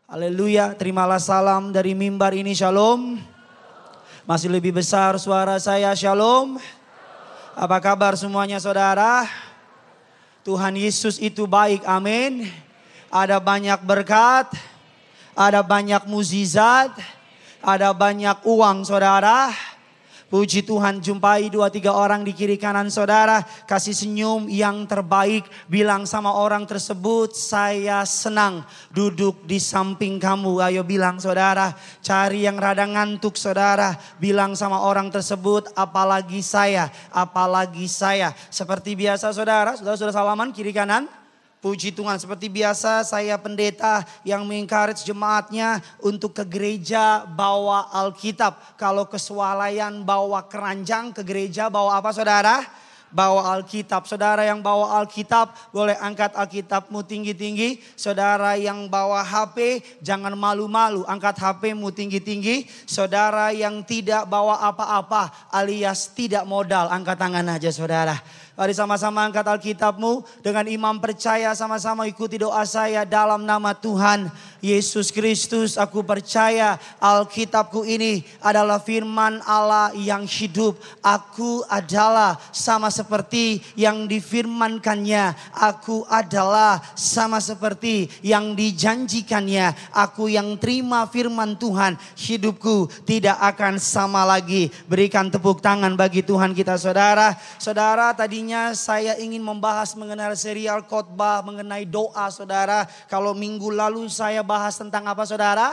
Haleluya, terimalah salam dari mimbar ini, shalom. Masih lebih besar suara saya, shalom. Apa kabar semuanya saudara? Tuhan Yesus itu baik, amin. Ada banyak berkat, ada banyak mukjizat, ada banyak uang saudara. Puji Tuhan, jumpai 2-3 orang di kiri kanan saudara. Kasih senyum yang terbaik. Bilang sama orang tersebut, saya senang duduk di samping kamu. Ayo bilang saudara. Cari yang rada ngantuk saudara. Bilang sama orang tersebut, apalagi saya. Apalagi saya. Seperti biasa saudara. Saudara salaman kiri kanan. Puji Tuhan, seperti biasa saya pendeta yang mengencourage jemaatnya untuk ke gereja bawa Alkitab. Kalau ke swalayan bawa keranjang, ke gereja bawa apa saudara? Bawa Alkitab. Saudara yang bawa Alkitab boleh angkat Alkitabmu tinggi-tinggi. Saudara yang bawa HP jangan malu-malu, angkat HPmu tinggi-tinggi. Saudara yang tidak bawa apa-apa alias tidak modal, angkat tangan aja saudara. Mari sama-sama angkat Alkitabmu. Dengan imam percaya sama-sama ikuti doa saya dalam nama Tuhan Yesus Kristus. Aku percaya Alkitabku ini adalah firman Allah yang hidup. Aku adalah sama seperti yang difirmankannya. Aku adalah sama seperti yang dijanjikannya. Aku yang terima firman Tuhan. Hidupku tidak akan sama lagi. Berikan tepuk tangan bagi Tuhan kita saudara. Saudara, tadinya saya ingin membahas mengenai serial khotbah mengenai doa saudara. Kalau minggu lalu saya bahas tentang apa saudara?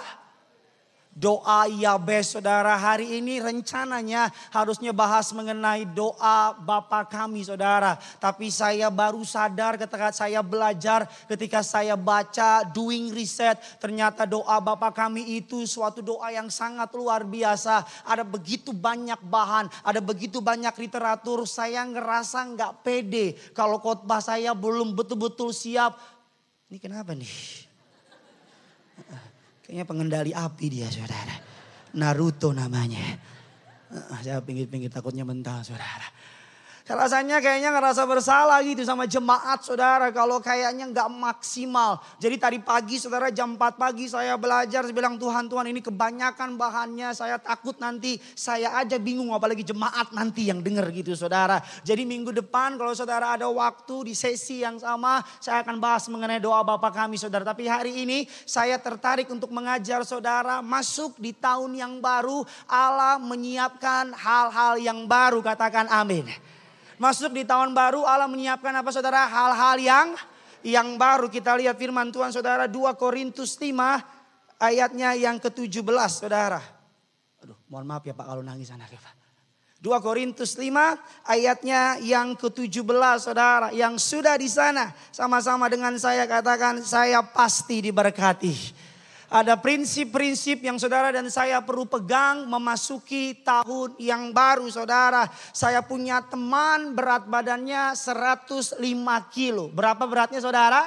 Doa Yabes saudara. Hari ini rencananya harusnya bahas mengenai doa Bapa kami saudara. Tapi saya baru sadar ketika saya belajar, ketika saya baca, doing research. Ternyata doa Bapa kami itu suatu doa yang sangat luar biasa. Ada begitu banyak bahan, ada begitu banyak literatur. Saya ngerasa gak pede kalau khotbah saya belum betul-betul siap. Ini kenapa nih? Kayaknya pengendali api dia saudara. Naruto namanya. Saya pinggir-pinggir takutnya mentah saudara. Rasanya kayaknya ngerasa bersalah gitu sama jemaat saudara. Kalau kayaknya gak maksimal. Jadi tadi pagi saudara jam 4 pagi saya belajar. Saya bilang Tuhan ini kebanyakan bahannya. Saya takut nanti saya aja bingung. Apalagi jemaat nanti yang dengar gitu saudara. Jadi minggu depan kalau saudara ada waktu di sesi yang sama. Saya akan bahas mengenai doa Bapa kami saudara. Tapi hari ini saya tertarik untuk mengajar saudara. Masuk di tahun yang baru. Allah menyiapkan hal-hal yang baru. Katakan amin. Masuk di tahun baru Allah menyiapkan apa saudara? Hal-hal yang baru. Kita lihat firman Tuhan saudara 2 Korintus 5 ayatnya yang ke-17 saudara. Aduh mohon maaf ya Pak kalau nangis anak ya Pak. 2 Korintus 5 ayatnya yang ke-17 saudara. Yang sudah di sana sama-sama dengan saya katakan saya pasti diberkati. Ada prinsip-prinsip yang saudara dan saya perlu pegang memasuki tahun yang baru saudara. Saya punya teman berat badannya 105 kilo. Berapa beratnya saudara?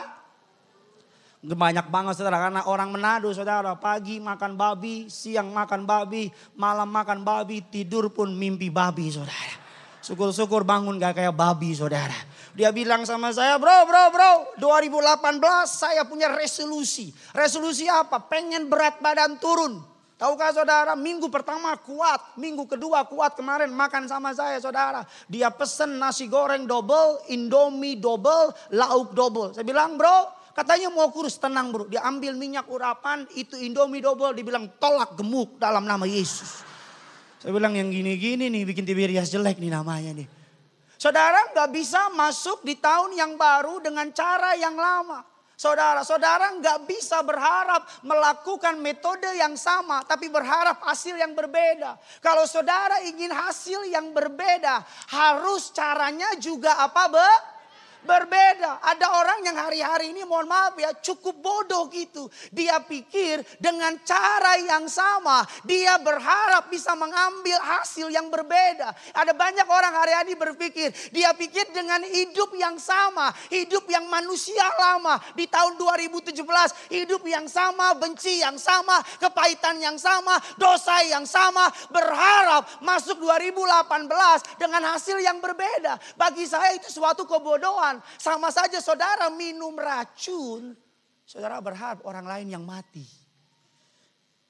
Banyak banget saudara karena orang Manado saudara. Pagi makan babi, siang makan babi, malam makan babi, tidur pun mimpi babi saudara. Syukur-syukur bangun gak kayak babi saudara. Dia bilang sama saya, bro 2018 saya punya resolusi. Resolusi apa? Pengen berat badan turun. Tahukah saudara, minggu pertama kuat, minggu kedua kuat. Kemarin makan sama saya saudara. Dia pesen nasi goreng double, indomie double, lauk double. Saya bilang bro, katanya mau kurus, tenang bro. Dia ambil minyak urapan, itu indomie double. Dibilang tolak gemuk dalam nama Yesus. Saya bilang yang gini-gini nih bikin Tiberias jelek nih namanya nih. Saudara gak bisa masuk di tahun yang baru dengan cara yang lama. Saudara gak bisa berharap melakukan metode yang sama. Tapi berharap hasil yang berbeda. Kalau saudara ingin hasil yang berbeda. Harus caranya juga apa berbeda. Ada orang yang hari-hari ini mohon maaf ya cukup bodoh gitu. Dia pikir dengan cara yang sama dia berharap bisa mengambil hasil yang berbeda. Ada banyak orang hari-hari berpikir dia pikir dengan hidup yang sama, hidup yang manusia lama di tahun 2017, hidup yang sama, benci yang sama, kepahitan yang sama, dosa yang sama, berharap masuk 2018 dengan hasil yang berbeda. Bagi saya itu suatu kebodohan. Sama saja saudara minum racun. Saudara berharap orang lain yang mati.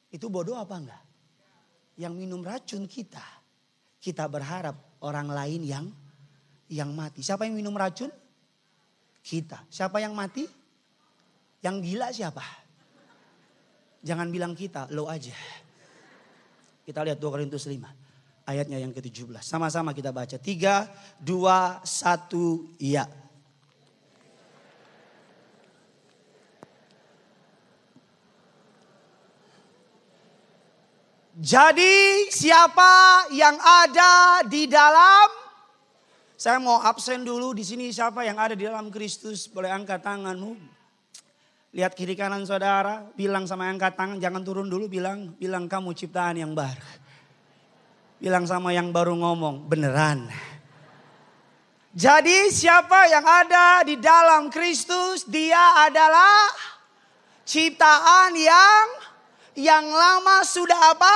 Itu bodoh apa enggak? Yang minum racun kita. Kita berharap orang lain yang mati. Siapa yang minum racun? Kita. Siapa yang mati? Yang gila siapa? Jangan bilang kita, lo aja. Kita lihat 2 Korintus 5. Ayatnya yang ke-17. Sama-sama kita baca. 3, 2, 1, ya. Jadi siapa yang ada di dalam, saya mau absen dulu di sini, siapa yang ada di dalam Kristus boleh angkat tanganmu. Lihat kiri kanan saudara, bilang sama yang angkat tangan, jangan turun dulu, bilang kamu ciptaan yang baru. Bilang sama yang baru ngomong, beneran. Jadi siapa yang ada di dalam Kristus, dia adalah ciptaan yang lama sudah apa?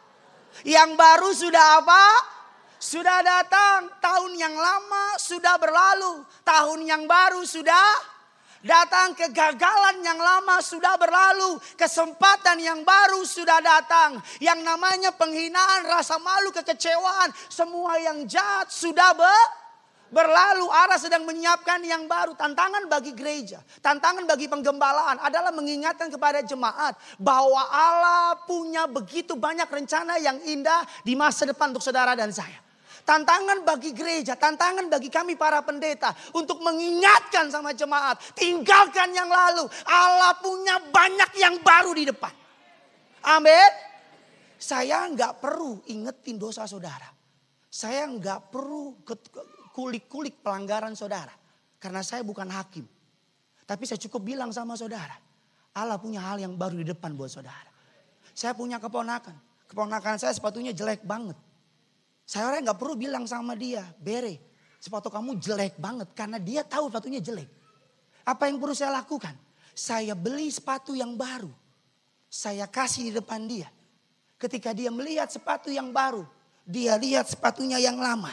Yang baru sudah apa? Sudah datang. Tahun yang lama sudah berlalu. Tahun yang baru sudah datang. Kegagalan yang lama sudah berlalu. Kesempatan yang baru sudah datang. Yang namanya penghinaan, rasa malu, kekecewaan. Semua yang jahat sudah berlalu. Allah sedang menyiapkan yang baru. Tantangan bagi gereja, tantangan bagi penggembalaan adalah mengingatkan kepada jemaat bahwa Allah punya begitu banyak rencana yang indah di masa depan untuk saudara dan saya. Tantangan bagi gereja, tantangan bagi kami para pendeta untuk mengingatkan sama jemaat, tinggalkan yang lalu. Allah punya banyak yang baru di depan. Amin. Saya nggak perlu ingetin dosa saudara. Saya nggak perlu kulik-kulik pelanggaran saudara. Karena saya bukan hakim. Tapi saya cukup bilang sama saudara, Allah punya hal yang baru di depan buat saudara. Saya punya keponakan. Keponakan saya sepatunya jelek banget. Saya orang nggak perlu bilang sama dia, Bere, sepatu kamu jelek banget. Karena dia tahu sepatunya jelek. Apa yang perlu saya lakukan? Saya beli sepatu yang baru. Saya kasih di depan dia. Ketika dia melihat sepatu yang baru, dia lihat sepatunya yang lama.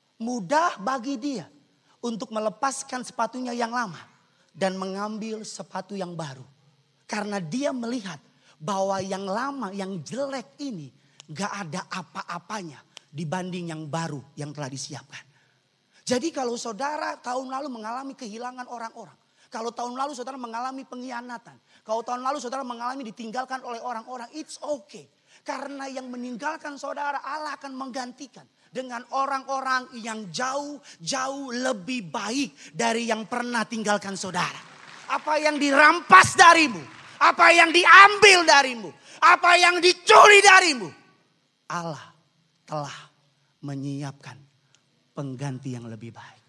Mudah bagi dia untuk melepaskan sepatunya yang lama dan mengambil sepatu yang baru. Karena dia melihat bahwa yang lama, yang jelek ini gak ada apa-apanya dibanding yang baru yang telah disiapkan. Jadi kalau saudara tahun lalu mengalami kehilangan orang-orang. Kalau tahun lalu saudara mengalami pengkhianatan. Kalau tahun lalu saudara mengalami ditinggalkan oleh orang-orang, it's okay. Karena yang meninggalkan saudara, Allah akan menggantikan dengan orang-orang yang jauh lebih baik dari yang pernah tinggalkan saudara. Apa yang dirampas darimu, apa yang diambil darimu, apa yang dicuri darimu, Allah telah menyiapkan pengganti yang lebih baik.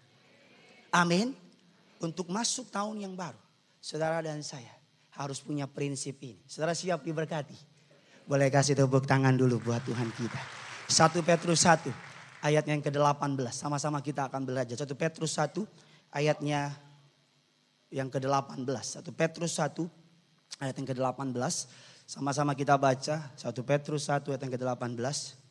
Amin. Untuk masuk tahun yang baru, saudara dan saya harus punya prinsip ini. Saudara siap diberkati? Boleh kasih tepuk tangan dulu buat Tuhan kita. 1 Petrus 1 ayatnya yang ke-18. Sama-sama kita akan belajar. 1 Petrus 1 ayatnya yang ke-18. 1 Petrus 1 ayat yang ke-18. Sama-sama kita baca. 1 Petrus 1 ayat yang ke-18.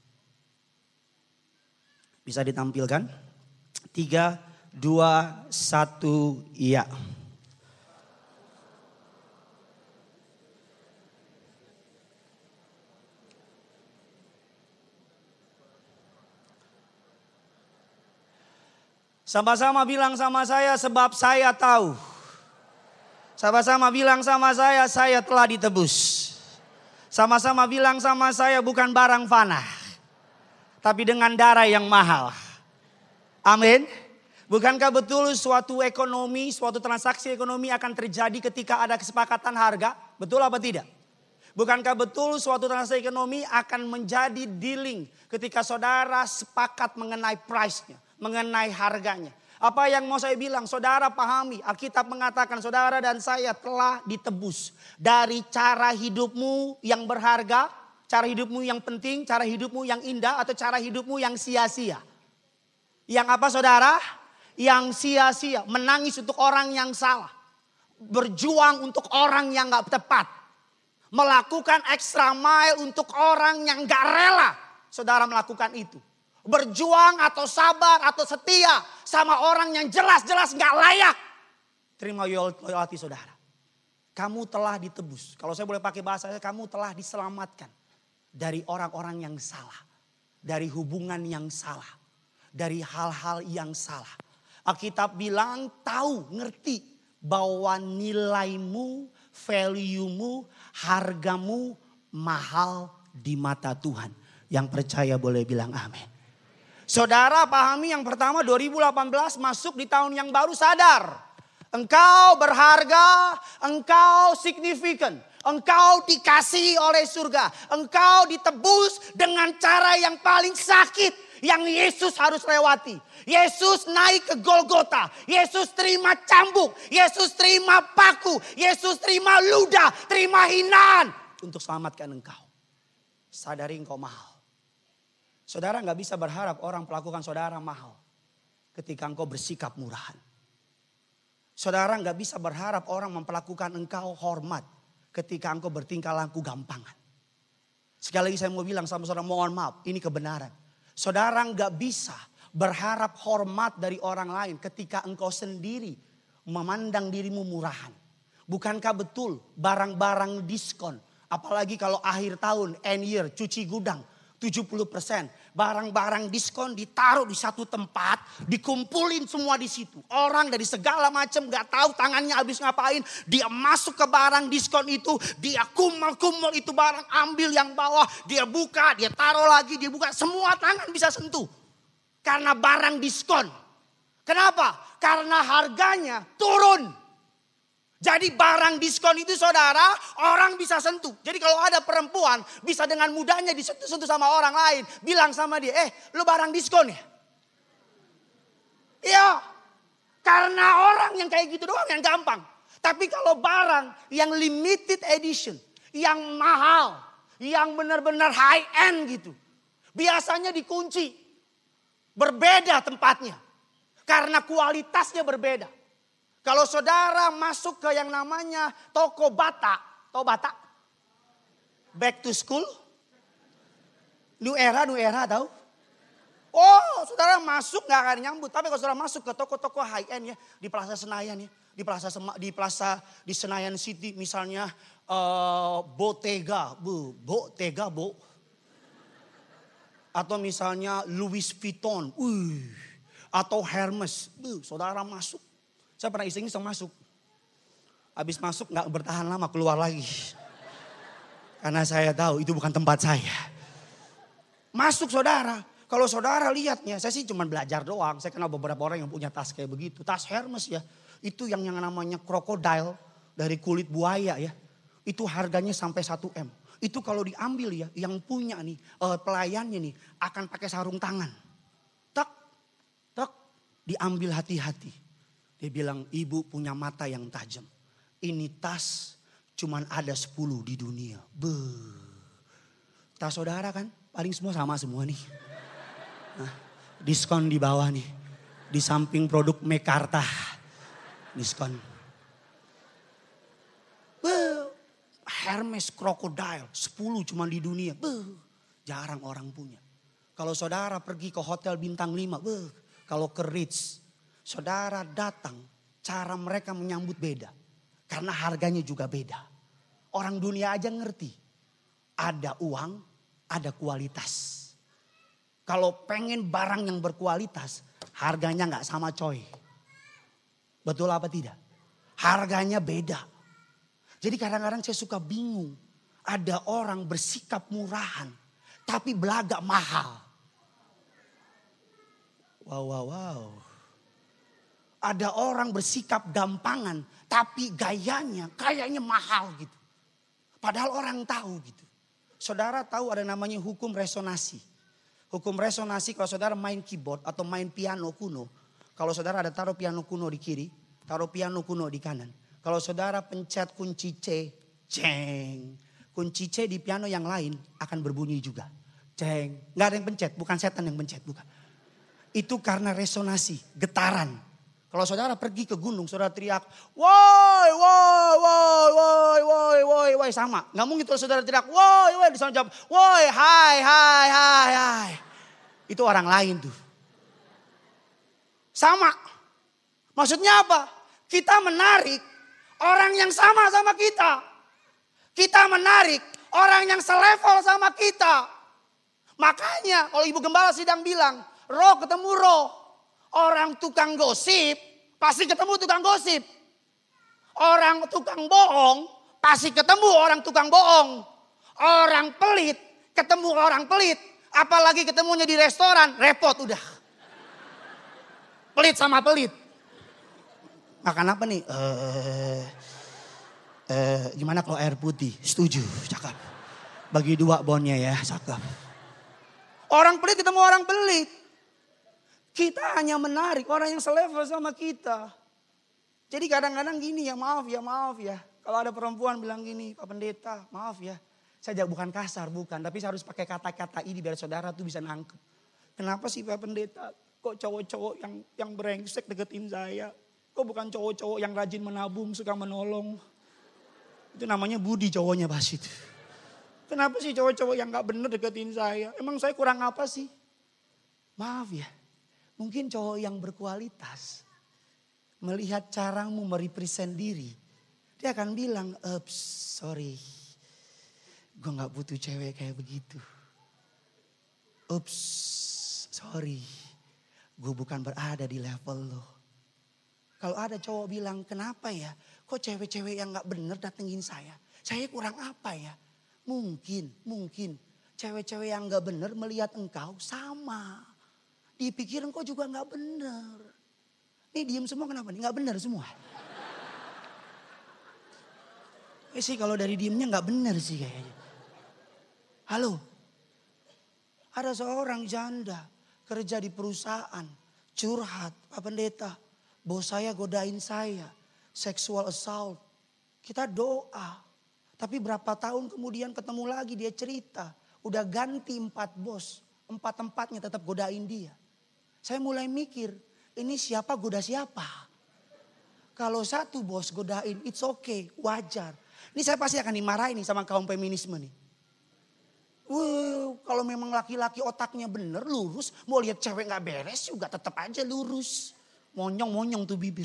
Bisa ditampilkan? 3, 2, 1, iya. Sama-sama bilang sama saya, sebab saya tahu. Sama-sama bilang sama saya telah ditebus. Sama-sama bilang sama saya, bukan barang fana, tapi dengan darah yang mahal. Amin. Bukankah betul suatu ekonomi, suatu transaksi ekonomi akan terjadi ketika ada kesepakatan harga? Betul apa tidak? Bukankah betul suatu transaksi ekonomi akan menjadi dealing ketika saudara sepakat mengenai price-nya, mengenai harganya? Apa yang mau saya bilang? Saudara pahami, Alkitab mengatakan saudara dan saya telah ditebus dari cara hidupmu yang berharga, cara hidupmu yang penting, cara hidupmu yang indah, atau cara hidupmu yang sia-sia. Yang apa saudara? Yang sia-sia, menangis untuk orang yang salah, berjuang untuk orang yang gak tepat, melakukan extra mile untuk orang yang gak rela saudara melakukan itu. Berjuang atau sabar atau setia sama orang yang jelas-jelas gak layak terima loyalty saudara. kamu telah ditebus. Kalau saya boleh pakai bahasa, kamu telah diselamatkan dari orang-orang yang salah, dari hubungan yang salah, dari hal-hal yang salah. Alkitab bilang tahu, ngerti bahwa nilaimu, value-mu, hargamu mahal di mata Tuhan. Yang percaya boleh bilang amin. Saudara pahami yang pertama 2018 masuk di tahun yang baru, sadar. Engkau berharga, engkau signifikan. Engkau dikasihi oleh surga. Engkau ditebus dengan cara yang paling sakit yang Yesus harus lewati. Yesus naik ke Golgota. Yesus terima cambuk. Yesus terima paku. Yesus terima ludah. Terima hinaan. Untuk selamatkan engkau. Sadari engkau mahal. Saudara gak bisa berharap orang melakukan saudara mahal. Ketika engkau bersikap murahan. Saudara gak bisa berharap orang memperlakukan engkau hormat. Ketika engkau bertingkah laku gampangan. Sekali lagi saya mau bilang sama saudara, mohon maaf, ini kebenaran. Saudara gak bisa berharap hormat dari orang lain ketika engkau sendiri memandang dirimu murahan. Bukankah betul barang-barang diskon, apalagi kalau akhir tahun, end year, cuci gudang 70%. Barang-barang diskon ditaruh di satu tempat, dikumpulin semua di situ. Orang dari segala macam gak tahu tangannya habis ngapain. Dia masuk ke barang diskon itu, dia kumel-kumel itu barang, ambil yang bawah, dia buka, dia taruh lagi, dia buka. Semua tangan bisa sentuh. Karena barang diskon. Kenapa? Karena harganya turun. Jadi barang diskon itu saudara, orang bisa sentuh. Jadi kalau ada perempuan bisa dengan mudahnya disentuh-sentuh sama orang lain. Bilang sama dia, lu barang diskon ya? Iya, karena orang yang kayak gitu doang yang gampang. Tapi kalau barang yang limited edition, yang mahal, yang benar-benar high end gitu. Biasanya dikunci, berbeda tempatnya. Karena kualitasnya berbeda. Kalau saudara masuk ke yang namanya toko Bata. Tahu Bata? Back to school. New era tahu? Oh, saudara masuk gak akan nyambut. Tapi kalau saudara masuk ke toko-toko high end ya. Di Plaza Senayan ya. Di Senayan City misalnya. Bottega. Bottega. Atau misalnya Louis Vuitton. Atau Hermes. Saudara masuk. Saya pernah iseng-iseng masuk. Habis masuk gak bertahan lama, keluar lagi. Karena saya tahu itu bukan tempat saya. Masuk saudara. Kalau saudara lihatnya, saya sih cuma belajar doang. Saya kenal beberapa orang yang punya tas kayak begitu. Tas Hermes ya. Itu yang namanya crocodile dari kulit buaya ya. Itu harganya sampai 1 M. Itu kalau diambil ya, yang punya nih, pelayannya nih akan pakai sarung tangan. Tak, diambil hati-hati. Dia bilang, ibu punya mata yang tajam. Ini tas cuman ada 10 di dunia. Tas saudara kan paling sama semua nih. Nah, diskon di bawah nih. Di samping produk Mekarta. Diskon. Hermes Crocodile 10 cuman di dunia. Jarang orang punya. Kalau saudara pergi ke hotel bintang 5. Kalau ke Ritz. Saudara datang, cara mereka menyambut beda. Karena harganya juga beda. Orang dunia aja ngerti. Ada uang, ada kualitas. Kalau pengen barang yang berkualitas, harganya gak sama coy. Betul apa tidak? Harganya beda. Jadi kadang-kadang saya suka bingung. Ada orang bersikap murahan, tapi belagak mahal. Wow. Ada orang bersikap gampangan, tapi gayanya kayaknya mahal gitu. Padahal orang tahu gitu. Saudara tahu ada namanya hukum resonansi. Hukum resonansi kalau saudara main keyboard atau main piano kuno. Kalau saudara ada taruh piano kuno di kiri, taruh piano kuno di kanan. Kalau saudara pencet kunci C, ceng. Kunci C di piano yang lain akan berbunyi juga. Ceng. Gak ada yang pencet, bukan setan yang pencet, bukan. Itu karena resonansi, getaran. Kalau saudara pergi ke gunung, saudara teriak, woi, sama. Nggak mungkin kalau saudara teriak, woi, di sana jawab, woi, hai. Itu orang lain tuh. Sama. Maksudnya apa? Kita menarik orang yang sama kita. Kita menarik orang yang selevel sama kita. Makanya kalau ibu gembala sidang bilang, roh ketemu roh. Orang tukang gosip pasti ketemu tukang gosip. Orang tukang bohong pasti ketemu orang tukang bohong. Orang pelit ketemu orang pelit. Apalagi ketemunya di restoran, repot udah. Pelit sama pelit. Makan apa nih? Gimana kalau air putih? Setuju, cakep. Bagi 2 bonnya ya, cakep. Orang pelit ketemu orang pelit. Kita hanya menarik orang yang selevel sama kita. Jadi kadang-kadang gini ya, maaf ya. Kalau ada perempuan bilang gini, Pak Pendeta, maaf ya. Saya bukan kasar, bukan. Tapi saya harus pakai kata-kata ini biar saudara tuh bisa nangkep. Kenapa sih Pak Pendeta? Kok cowok-cowok yang brengsek deketin saya? Kok bukan cowok-cowok yang rajin menabung, suka menolong? Itu namanya budi cowoknya pas itu. Kenapa sih cowok-cowok yang gak bener deketin saya? Emang saya kurang apa sih? Maaf ya. Mungkin cowok yang berkualitas. Melihat caramu merepresent diri. Dia akan bilang, sorry. Gue gak butuh cewek kayak begitu. Sorry. Gue bukan berada di level lo. Kalau ada cowok bilang, kenapa ya? Kok cewek-cewek yang gak bener datengin saya? Saya kurang apa ya? Mungkin. Cewek-cewek yang gak bener melihat engkau sama. Dipikir engkau juga gak bener. Nih diem semua kenapa nih? Gak bener semua. Sih kalau dari diemnya gak bener sih kayaknya. Halo, ada seorang janda kerja di perusahaan, curhat, Pak Pendeta, bos saya godain saya, sexual assault. Kita doa, tapi berapa tahun kemudian ketemu lagi dia cerita, udah ganti 4 bos, 4-empatnya tetap godain dia. Saya mulai mikir, ini siapa goda siapa? Kalau satu bos godain, it's okay, wajar. Ini saya pasti akan dimarahin nih sama kaum feminisme nih. Kalau memang laki-laki otaknya bener, lurus. Mau lihat cewek gak beres juga tetap aja lurus. Monyong-monyong tuh bibir.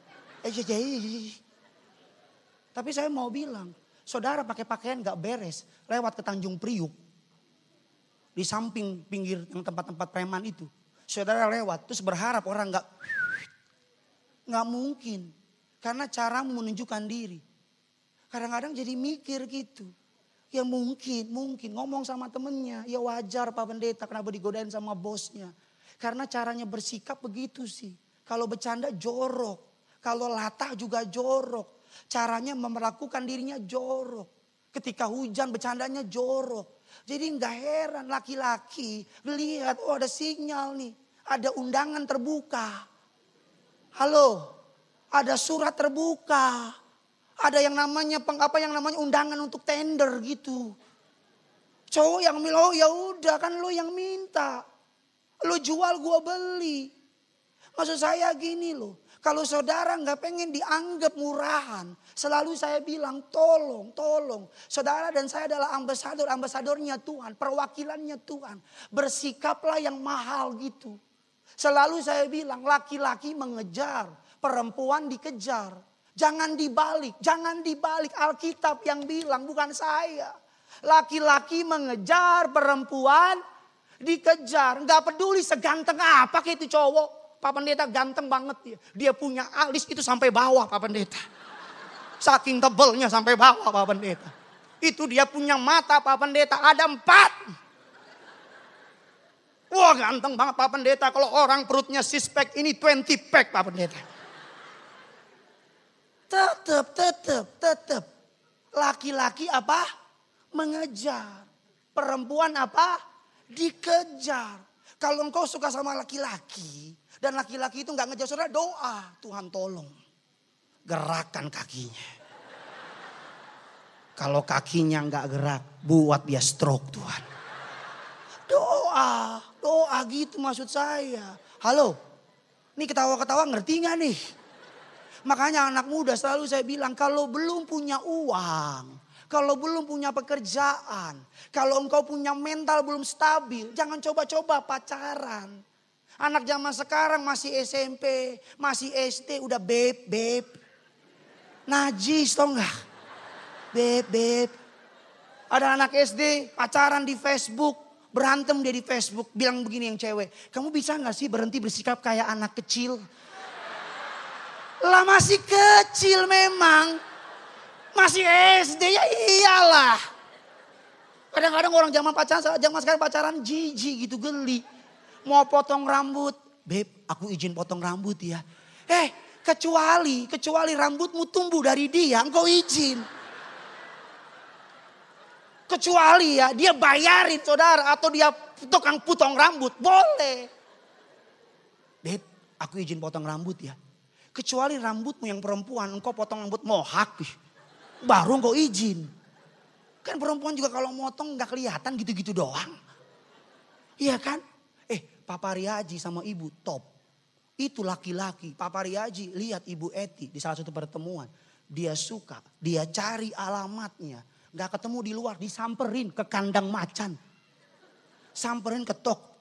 Tapi saya mau bilang, saudara pakai pakaian gak beres. Lewat ke Tanjung Priuk. Di samping pinggir yang tempat-tempat preman itu. Saudara lewat, terus berharap orang gak mungkin. Karena caramu menunjukkan diri. Kadang-kadang jadi mikir gitu. Ya mungkin ngomong sama temennya. Ya wajar Pak Pendeta kenapa digodain sama bosnya. Karena caranya bersikap begitu sih. Kalau bercanda jorok. Kalau latah juga jorok. Caranya memperlakukan dirinya jorok. Ketika hujan bercandanya jorok. Jadi gak heran laki-laki lihat ada sinyal nih. Ada undangan terbuka. Halo, ada surat terbuka. Ada yang namanya undangan untuk tender gitu. Cowok yang bilang, oh ya udah kan lo yang minta. Lo jual gua beli. Maksud saya gini loh. Kalau saudara nggak pengen dianggap murahan. Selalu saya bilang tolong. Saudara dan saya adalah ambasadornya Tuhan. Perwakilannya Tuhan. Bersikaplah yang mahal gitu. Selalu saya bilang laki-laki mengejar. Perempuan dikejar. Jangan dibalik. Alkitab yang bilang bukan saya. Laki-laki mengejar, perempuan dikejar. Gak peduli seganteng apa kayak itu cowok. Pak Pendeta ganteng banget dia. Dia punya alis itu sampai bawah Pak Pendeta. Saking tebelnya sampai bawah Pak Pendeta. Itu dia punya mata Pak Pendeta ada 4. Wah ganteng banget Pak Pendeta. Kalau orang perutnya 6 pack ini 20 pack Pak Pendeta. Tetap. Laki-laki apa? Mengejar. Perempuan apa? Dikejar. Kalau engkau suka sama laki-laki. Dan laki-laki itu gak ngejar saudara, doa. Tuhan tolong. Gerakan kakinya. Kalau kakinya gak gerak, buat dia stroke Tuhan. Doa gitu maksud saya. Halo, ini ketawa-ketawa ngerti gak nih? Makanya anak muda selalu saya bilang kalau belum punya uang, kalau belum punya pekerjaan, kalau engkau punya mental belum stabil, jangan coba-coba pacaran. Anak zaman sekarang masih SMP, masih SD udah babe. Najis tau gak? Beb. Ada anak SD pacaran di Facebook. Berantem dia di Facebook. Bilang begini yang cewek. Kamu bisa gak sih berhenti bersikap kayak anak kecil? Lah masih kecil memang. Masih SD ya iyalah. Kadang-kadang orang zaman sekarang pacaran jijik gitu, geli. Mau potong rambut. Beb, aku izin potong rambut ya. Kecuali rambutmu tumbuh dari dia, engkau izin. Kecuali ya dia bayarin saudara atau dia tukang potong rambut, boleh. Beb, aku izin potong rambut ya. Kecuali rambutmu yang perempuan, engkau potong rambut mohak. Baru engkau izin. Kan perempuan juga kalau motong gak kelihatan gitu-gitu doang. Iya kan? Papa Riaji sama ibu top. Itu laki-laki. Papa Riaji lihat Ibu Eti di salah satu pertemuan. Dia suka, dia cari alamatnya. Gak ketemu di luar, disamperin ke kandang macan. Samperin ketok.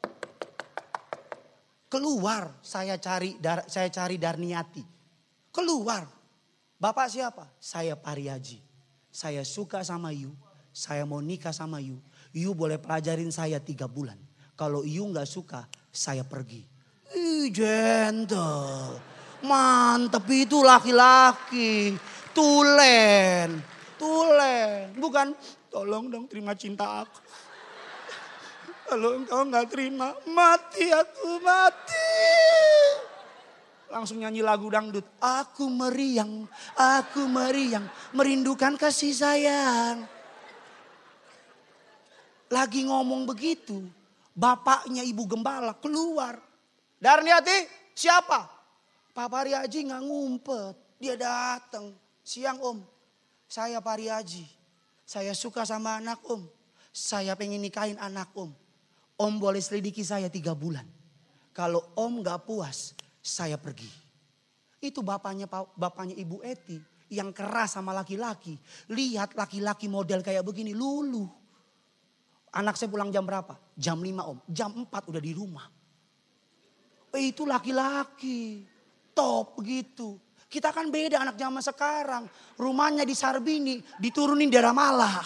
Keluar, saya cari Darniati. Keluar. Bapak siapa? Saya Pak Riaji. Saya suka sama you. Saya mau nikah sama you. You boleh pelajarin saya 3 bulan. Kalau you gak suka, saya pergi. Gentle. Mantep itu laki-laki. Tulen. Bukan, tolong dong terima cinta aku. Kalau engkau gak terima, mati aku mati. Langsung nyanyi lagu dangdut. Aku meriang, merindukan kasih sayang. Lagi ngomong begitu, bapaknya ibu gembala keluar. Darniati, siapa? Papa Riaji gak ngumpet, dia datang. Siang om, saya Pak Riaji. Saya suka sama anak om. Saya pengen nikahin anak om. Om boleh selidiki saya 3 bulan. Kalau om gak puas, saya pergi. Itu bapaknya Ibu Eti yang keras sama laki-laki. Lihat laki-laki model kayak begini luluh. Anak saya pulang jam berapa? Jam 5 om. Jam 4 udah di rumah. Itu laki-laki. Top begitu. Kita kan beda anak zaman sekarang. Rumahnya di Sarbini, diturunin daerah Malah.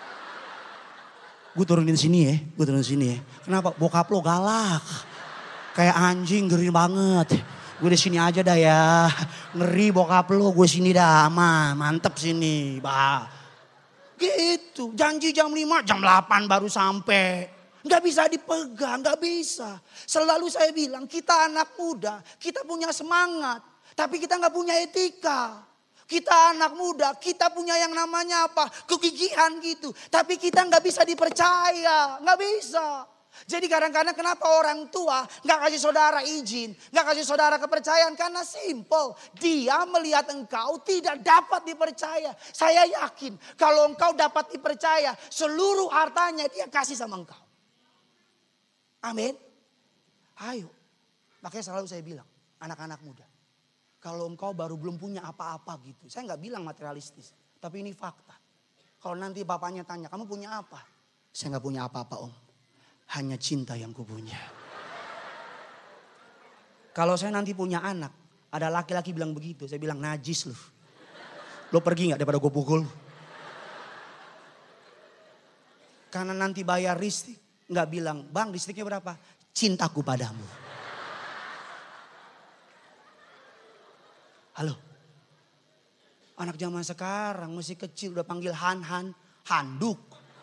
Gue turunin sini ya. Kenapa? Bokap lo galak. Kayak anjing, ngeri banget. Gue di sini aja dah ya. Ngeri bokap lo, gue sini dah. Mantep sini, bah. Gitu, janji jam 5, jam 8 baru sampai. Gak bisa dipegang, gak bisa. Selalu saya bilang, kita anak muda, kita punya semangat. Tapi kita gak punya etika. Kita anak muda, kita punya yang namanya apa? Kegigihan gitu. Tapi kita gak bisa dipercaya, gak bisa. Jadi kadang-kadang kenapa orang tua gak kasih saudara izin, gak kasih saudara kepercayaan? Karena simple, dia melihat engkau tidak dapat dipercaya. Saya yakin kalau engkau dapat dipercaya, seluruh hartanya dia kasih sama engkau. Amin. Ayo, makanya selalu saya bilang, anak-anak muda. Kalau engkau baru belum punya apa-apa gitu. Saya gak bilang materialistis, tapi ini fakta. Kalau nanti bapaknya tanya, kamu punya apa? Saya gak punya apa-apa om. Hanya cinta yang kupunya. Kalau saya nanti punya anak, ada laki-laki bilang begitu, saya bilang najis lu. Lo pergi gak daripada gue pukul? Karena nanti bayar listrik, gak bilang, bang listriknya berapa? Cintaku padamu. Halo. Anak zaman sekarang masih kecil udah panggil handuk.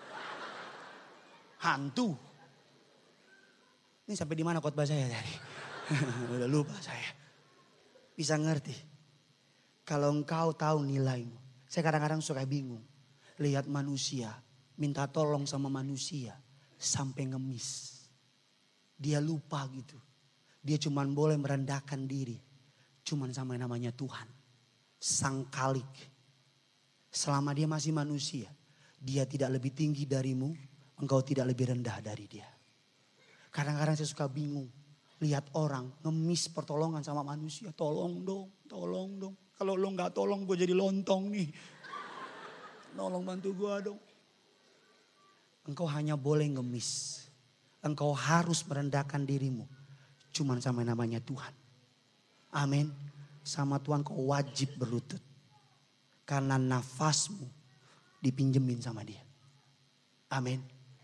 Hantu. Ini sampai di mana khotbah saya tadi? Udah lupa saya. Bisa ngerti. Kalau engkau tahu nilaimu. Saya kadang-kadang suka bingung. Lihat manusia. Minta tolong sama manusia. Sampai ngemis. Dia lupa gitu. Dia cuman boleh merendahkan diri. Cuman sama yang namanya Tuhan. Sang Khalik. Selama dia masih manusia. Dia tidak lebih tinggi darimu. Engkau tidak lebih rendah dari dia. Kadang-kadang saya suka bingung. Lihat orang ngemis pertolongan sama manusia. Tolong dong. Kalau lo gak tolong gue jadi lontong nih. Tolong bantu gue dong. Engkau hanya boleh ngemis. Engkau harus merendahkan dirimu. Cuman sama yang namanya Tuhan. Amin. Sama Tuhan kau wajib berlutut. Karena nafasmu dipinjemin sama dia. Amin.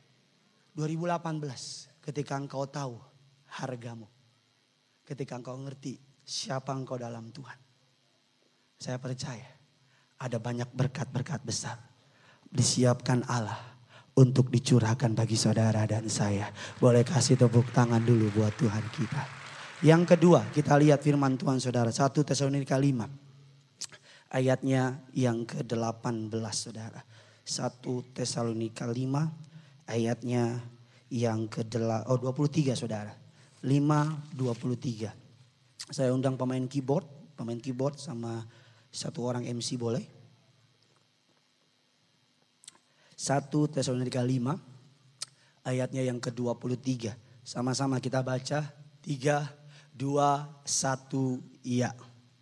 2018 ketika engkau tahu hargamu. Ketika engkau ngerti siapa engkau dalam Tuhan. Saya percaya ada banyak berkat-berkat besar disiapkan Allah untuk dicurahkan bagi saudara dan saya. Boleh kasih tepuk tangan dulu buat Tuhan kita. Yang kedua, kita lihat firman Tuhan saudara. 1 Tesalonika 5 ayatnya yang ke-18 saudara. 1 Tesalonika 5 ayatnya yang ke-23 saudara. 5:23. Saya undang pemain keyboard sama satu orang MC boleh. 1 Tesalonika 5 ayatnya yang ke-23. Sama-sama kita baca. 3, 2, 1, iya.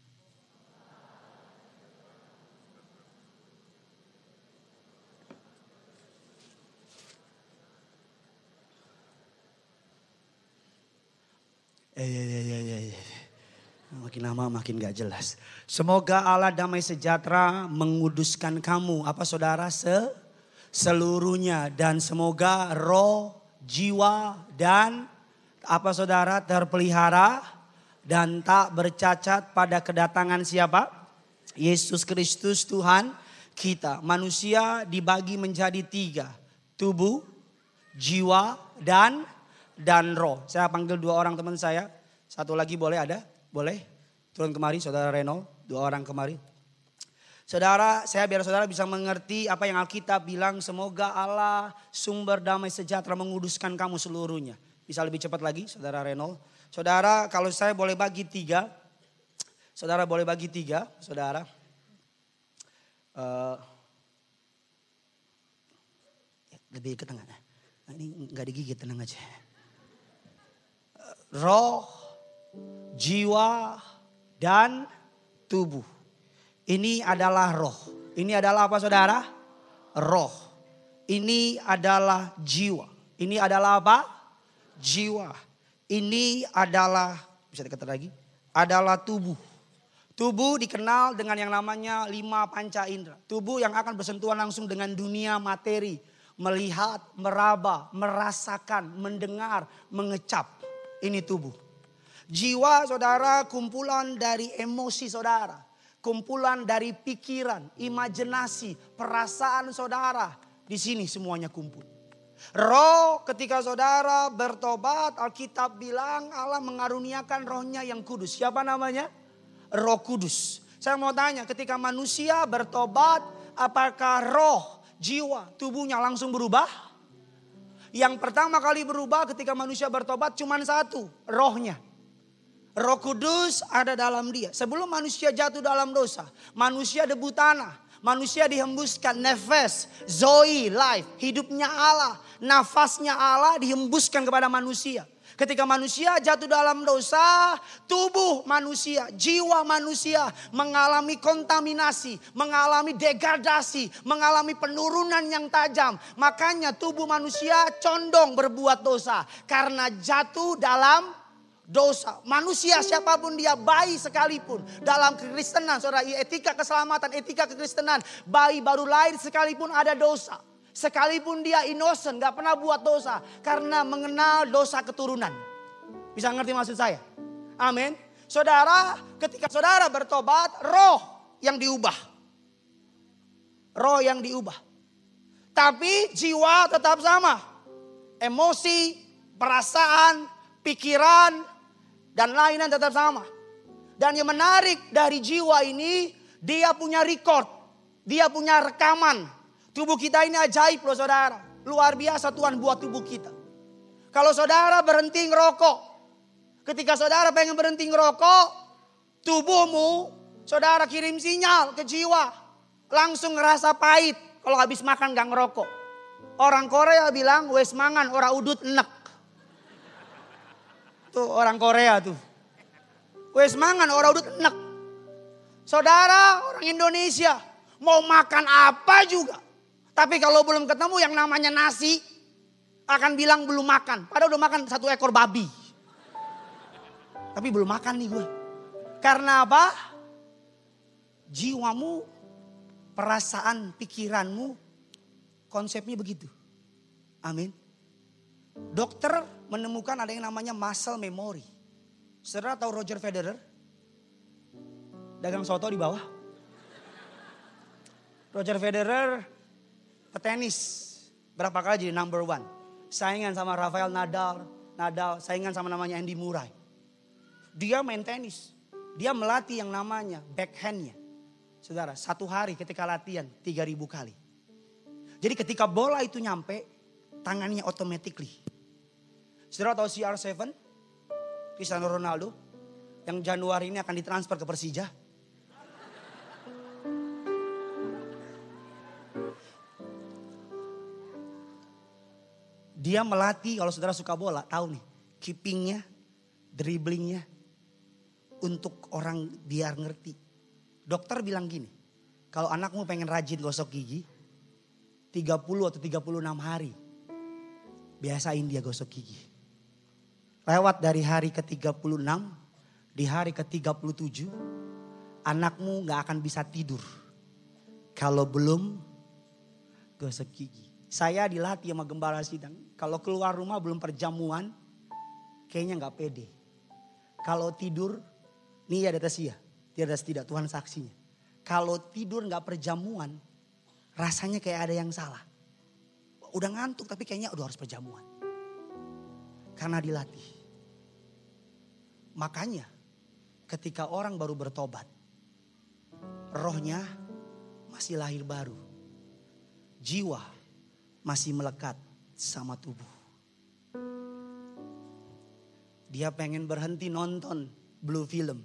Makin lama makin gak jelas. Semoga Allah damai sejahtera menguduskan kamu. Apa saudara? Seluruhnya. Dan semoga roh, jiwa dan apa saudara terpelihara dan tak bercacat pada kedatangan siapa? Yesus Kristus Tuhan kita. Manusia dibagi menjadi 3. Tubuh, jiwa dan roh. Saya panggil 2 orang teman saya. Satu lagi boleh ada? Boleh? Turun kemari saudara Reno. 2 orang kemari. Saudara, biar saudara bisa mengerti apa yang Alkitab bilang. Semoga Allah sumber damai sejahtera menguduskan kamu seluruhnya. Bisa lebih cepat lagi saudara Reno. Saudara, kalau saya boleh bagi 3. Saudara boleh bagi 3. Saudara. Lebih ke tengah. Nah, ini gak digigit, tenang aja. Roh, jiwa, dan tubuh. Ini adalah roh. Ini adalah apa saudara? Roh. Ini adalah jiwa. Ini adalah apa? Jiwa. Ini adalah, bisa dikatakan lagi, adalah tubuh. Tubuh dikenal dengan yang namanya 5 panca indera. Tubuh yang akan bersentuhan langsung dengan dunia materi. Melihat, meraba, merasakan, mendengar, mengecap. Ini tubuh. Jiwa saudara kumpulan dari emosi saudara. Kumpulan dari pikiran, imajinasi, perasaan saudara. Di sini semuanya kumpul. Roh ketika saudara bertobat, Alkitab bilang Allah mengaruniakan rohnya yang kudus. Siapa namanya? Roh Kudus. Saya mau tanya, ketika manusia bertobat, apakah roh, jiwa, tubuhnya langsung berubah? Yang pertama kali berubah ketika manusia bertobat cuma 1, rohnya. Roh Kudus ada dalam dia. Sebelum manusia jatuh dalam dosa, manusia debu tanah. Manusia dihembuskan nefes, zoe, life, hidupnya Allah, nafasnya Allah dihembuskan kepada manusia. Ketika manusia jatuh dalam dosa, tubuh manusia, jiwa manusia mengalami kontaminasi, mengalami degradasi, mengalami penurunan yang tajam. Makanya tubuh manusia condong berbuat dosa karena jatuh dalam dosa. Manusia siapapun dia, bayi sekalipun dalam kekristenan, saudara, etika keselamatan, etika kekristenan, bayi baru lahir sekalipun ada dosa. Sekalipun dia innocent, gak pernah buat dosa. Karena mengenal dosa keturunan. Bisa ngerti maksud saya? Amin. Saudara, ketika saudara bertobat, roh yang diubah. Roh yang diubah. Tapi jiwa tetap sama. Emosi, perasaan, pikiran, dan lain-lain tetap sama. Dan yang menarik dari jiwa ini, dia punya record. Dia punya rekaman. Tubuh kita ini ajaib loh saudara. Luar biasa Tuhan buat tubuh kita. Kalau saudara berhenti ngerokok. Ketika saudara pengen berhenti ngerokok. Tubuhmu saudara kirim sinyal ke jiwa. Langsung ngerasa pahit. Kalau habis makan gak ngerokok. Orang Korea bilang wes mangan ora udut enek. Tuh orang Korea tuh. Wes mangan ora udut enek. Saudara orang Indonesia. Mau makan apa juga. Tapi kalau belum ketemu yang namanya nasi, akan bilang belum makan. Padahal udah makan 1 ekor babi. Tapi belum makan nih gue. Karena apa? Jiwamu perasaan, pikiranmu, konsepnya begitu. Amin. Dokter menemukan ada yang namanya muscle memory. Saudara tahu Roger Federer? Dagang soto di bawah. Roger Federer petenis. Berapa kali jadi number 1. Saingan sama Rafael Nadal, saingan sama namanya Andy Murray. Dia main tenis. Dia melatih yang namanya backhandnya. Saudara, 1 hari ketika latihan 3.000 kali. Jadi ketika bola itu nyampe, tangannya automatically. Saudara tahu CR7? Cristiano Ronaldo. Yang Januari ini akan ditransfer ke Persija. Dia melatih, kalau saudara suka bola, tahu nih. Keepingnya, dribblingnya. Untuk orang biar ngerti. Dokter bilang gini. Kalau anakmu pengen rajin gosok gigi. 30 atau 36 hari. Biasain dia gosok gigi. Lewat dari hari ke-36. Di hari ke-37. Anakmu gak akan bisa tidur. Kalau belum gosok gigi. Saya dilatih sama gembala sidang. Kalau keluar rumah belum perjamuan. Kayaknya gak pede. Kalau tidur. Nih ada tes ya. Tidak Tuhan saksinya. Kalau tidur gak perjamuan. Rasanya kayak ada yang salah. Udah ngantuk tapi kayaknya udah harus perjamuan. Karena dilatih. Makanya ketika orang baru bertobat. Rohnya masih lahir baru. Jiwa masih melekat sama tubuh. Dia pengen berhenti nonton blue film.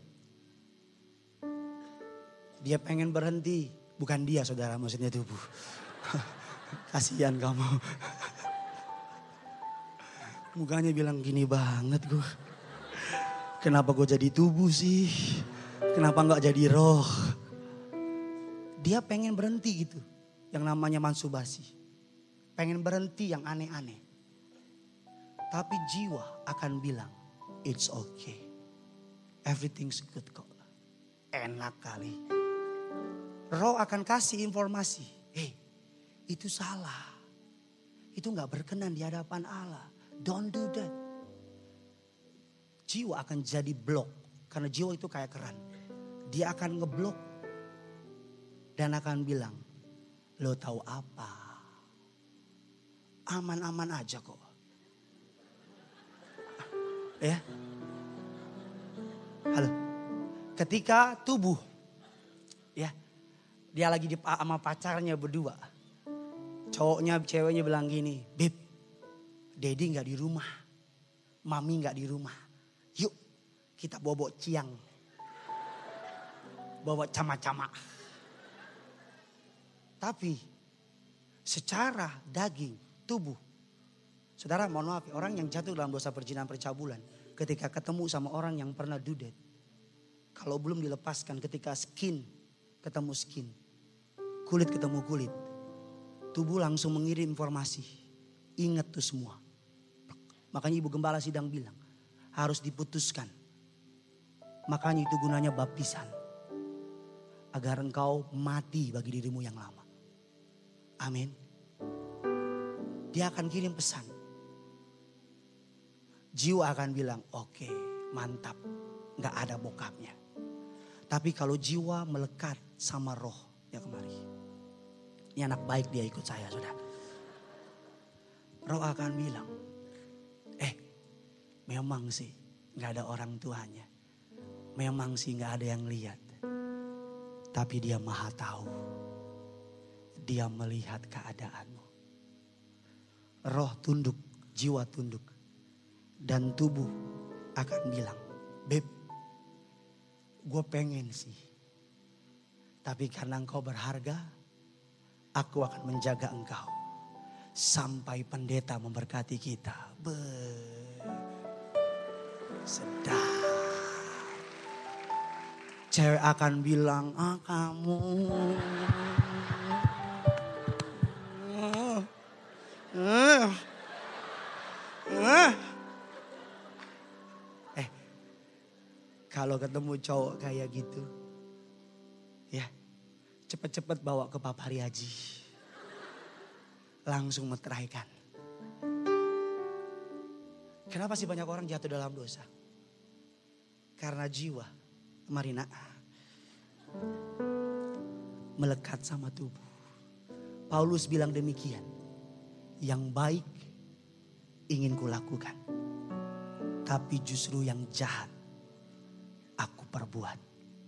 Dia pengen berhenti. Bukan dia saudara, maksudnya tubuh. Kasihan kamu. Mukanya bilang gini banget gue. Kenapa gue jadi tubuh sih? Kenapa gak jadi roh? Dia pengen berhenti gitu. Yang namanya mansubasi. Pengen berhenti yang aneh-aneh. Tapi jiwa akan bilang, it's okay. Everything's good kok. Enak kali. Roh akan kasih informasi. Itu salah. Itu gak berkenan di hadapan Allah. Don't do that. Jiwa akan jadi blok. Karena jiwa itu kayak keran. Dia akan ngeblok. Dan akan bilang, lo tahu apa? Aman-aman aja kok. Ya. Halo. Ketika tubuh. Ya. Dia lagi sama pacarnya berdua. Cowoknya, ceweknya bilang gini. Beb. Daddy gak di rumah. Mami gak di rumah. Yuk. Kita bawa ciang. Bawa cama-cama. Tapi. Secara daging. Tubuh. Saudara mohon maaf, orang yang jatuh dalam dosa perzinahan percabulan. Ketika ketemu sama orang yang pernah do that. Kalau belum dilepaskan ketika skin ketemu skin. Kulit ketemu kulit. Tubuh langsung mengirim informasi. Ingat tuh semua. Makanya ibu gembala sidang bilang. Harus diputuskan. Makanya itu gunanya baptisan. Agar engkau mati bagi dirimu yang lama. Amin. Dia akan kirim pesan. Jiwa akan bilang, oke, mantap. Gak ada bokapnya. Tapi kalau jiwa melekat sama roh, ya kemari. Ini anak baik, dia ikut saya, saudara. Roh akan bilang, memang sih gak ada orang tuanya. Memang sih gak ada yang lihat. Tapi dia maha tahu. Dia melihat keadaanmu. Roh tunduk, jiwa tunduk. Dan tubuh akan bilang, Beb, gue pengen sih. Tapi karena engkau berharga, aku akan menjaga engkau. Sampai pendeta memberkati kita. Sedap. Cewek akan bilang, kamu. Kalau ketemu cowok kayak gitu. Ya. Cepet-cepet bawa ke Pak Haji. Langsung meteraikan. Kenapa sih banyak orang jatuh dalam dosa? Karena jiwa, Marina, melekat sama tubuh. Paulus bilang demikian. Yang baik ingin kulakukan. Tapi justru yang jahat aku perbuat.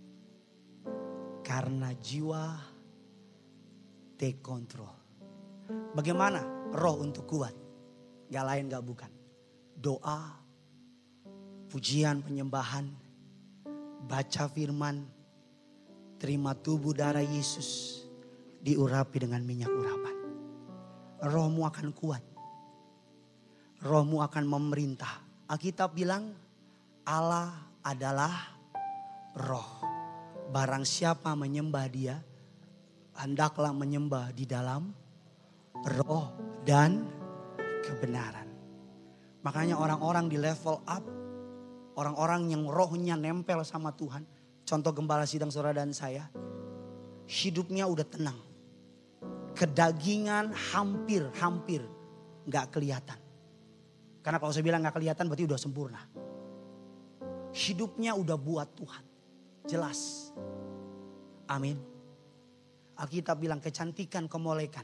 Karena jiwa take control. Bagaimana roh untuk kuat? Gak lain gak bukan. Doa, pujian, penyembahan, baca firman, terima tubuh darah Yesus, diurapi dengan minyak urapan. Rohmu akan kuat. Rohmu akan memerintah. Alkitab bilang Allah adalah roh. Barang siapa menyembah dia, hendaklah menyembah di dalam roh dan kebenaran. Makanya orang-orang di level up, orang-orang yang rohnya nempel sama Tuhan. Contoh gembala sidang saudara dan saya, hidupnya udah tenang. Kedagingan hampir gak kelihatan. Karena kalau saya bilang gak kelihatan berarti udah sempurna. Hidupnya udah buat Tuhan. Jelas. Amin. Alkitab bilang kecantikan kemolekan.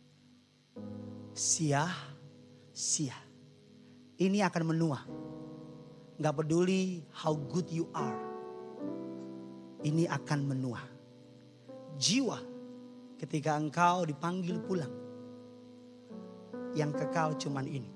Sia-sia. Ini akan menua. Gak peduli how good you are. Ini akan menua. Jiwa ketika engkau dipanggil pulang. Yang kekal cuman ini.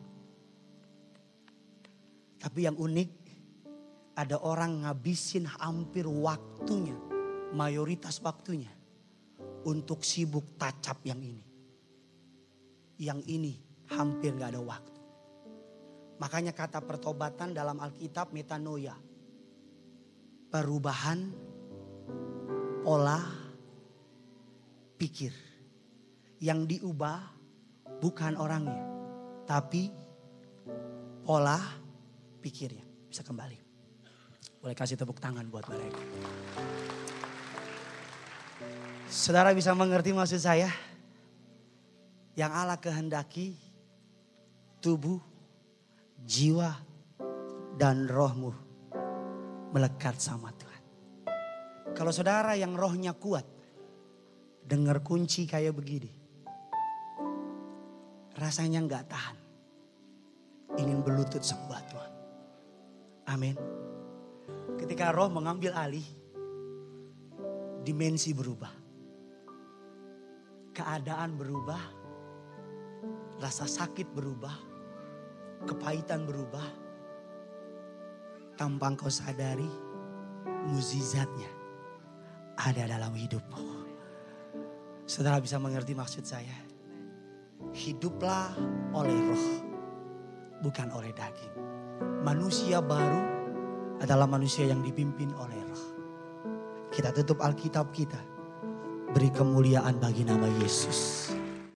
Tapi yang unik, ada orang ngabisin hampir waktunya, mayoritas waktunya untuk sibuk tacap yang ini. Yang ini hampir gak ada waktu. Makanya kata pertobatan dalam Alkitab metanoia. Perubahan pola pikir. Yang diubah bukan orangnya, tapi pola pikirnya. Bisa kembali. Boleh kasih tepuk tangan buat mereka. Saudara bisa mengerti maksud saya? Yang Allah kehendaki tubuh, jiwa, dan rohmu melekat sama Tuhan. Kalau saudara yang rohnya kuat, dengar kunci kayak begini. Rasanya gak tahan. Ingin berlutut sembah Tuhan. Amin. Ketika roh mengambil alih, dimensi berubah. Keadaan berubah, rasa sakit berubah, kepahitan berubah. Tanpa engkau sadari, mukjizatnya ada dalam hidupmu. Saudara bisa mengerti maksud saya? Hiduplah oleh roh, bukan oleh daging. Manusia baru adalah manusia yang dipimpin oleh roh. Kita tutup Alkitab kita. Beri kemuliaan bagi nama Yesus.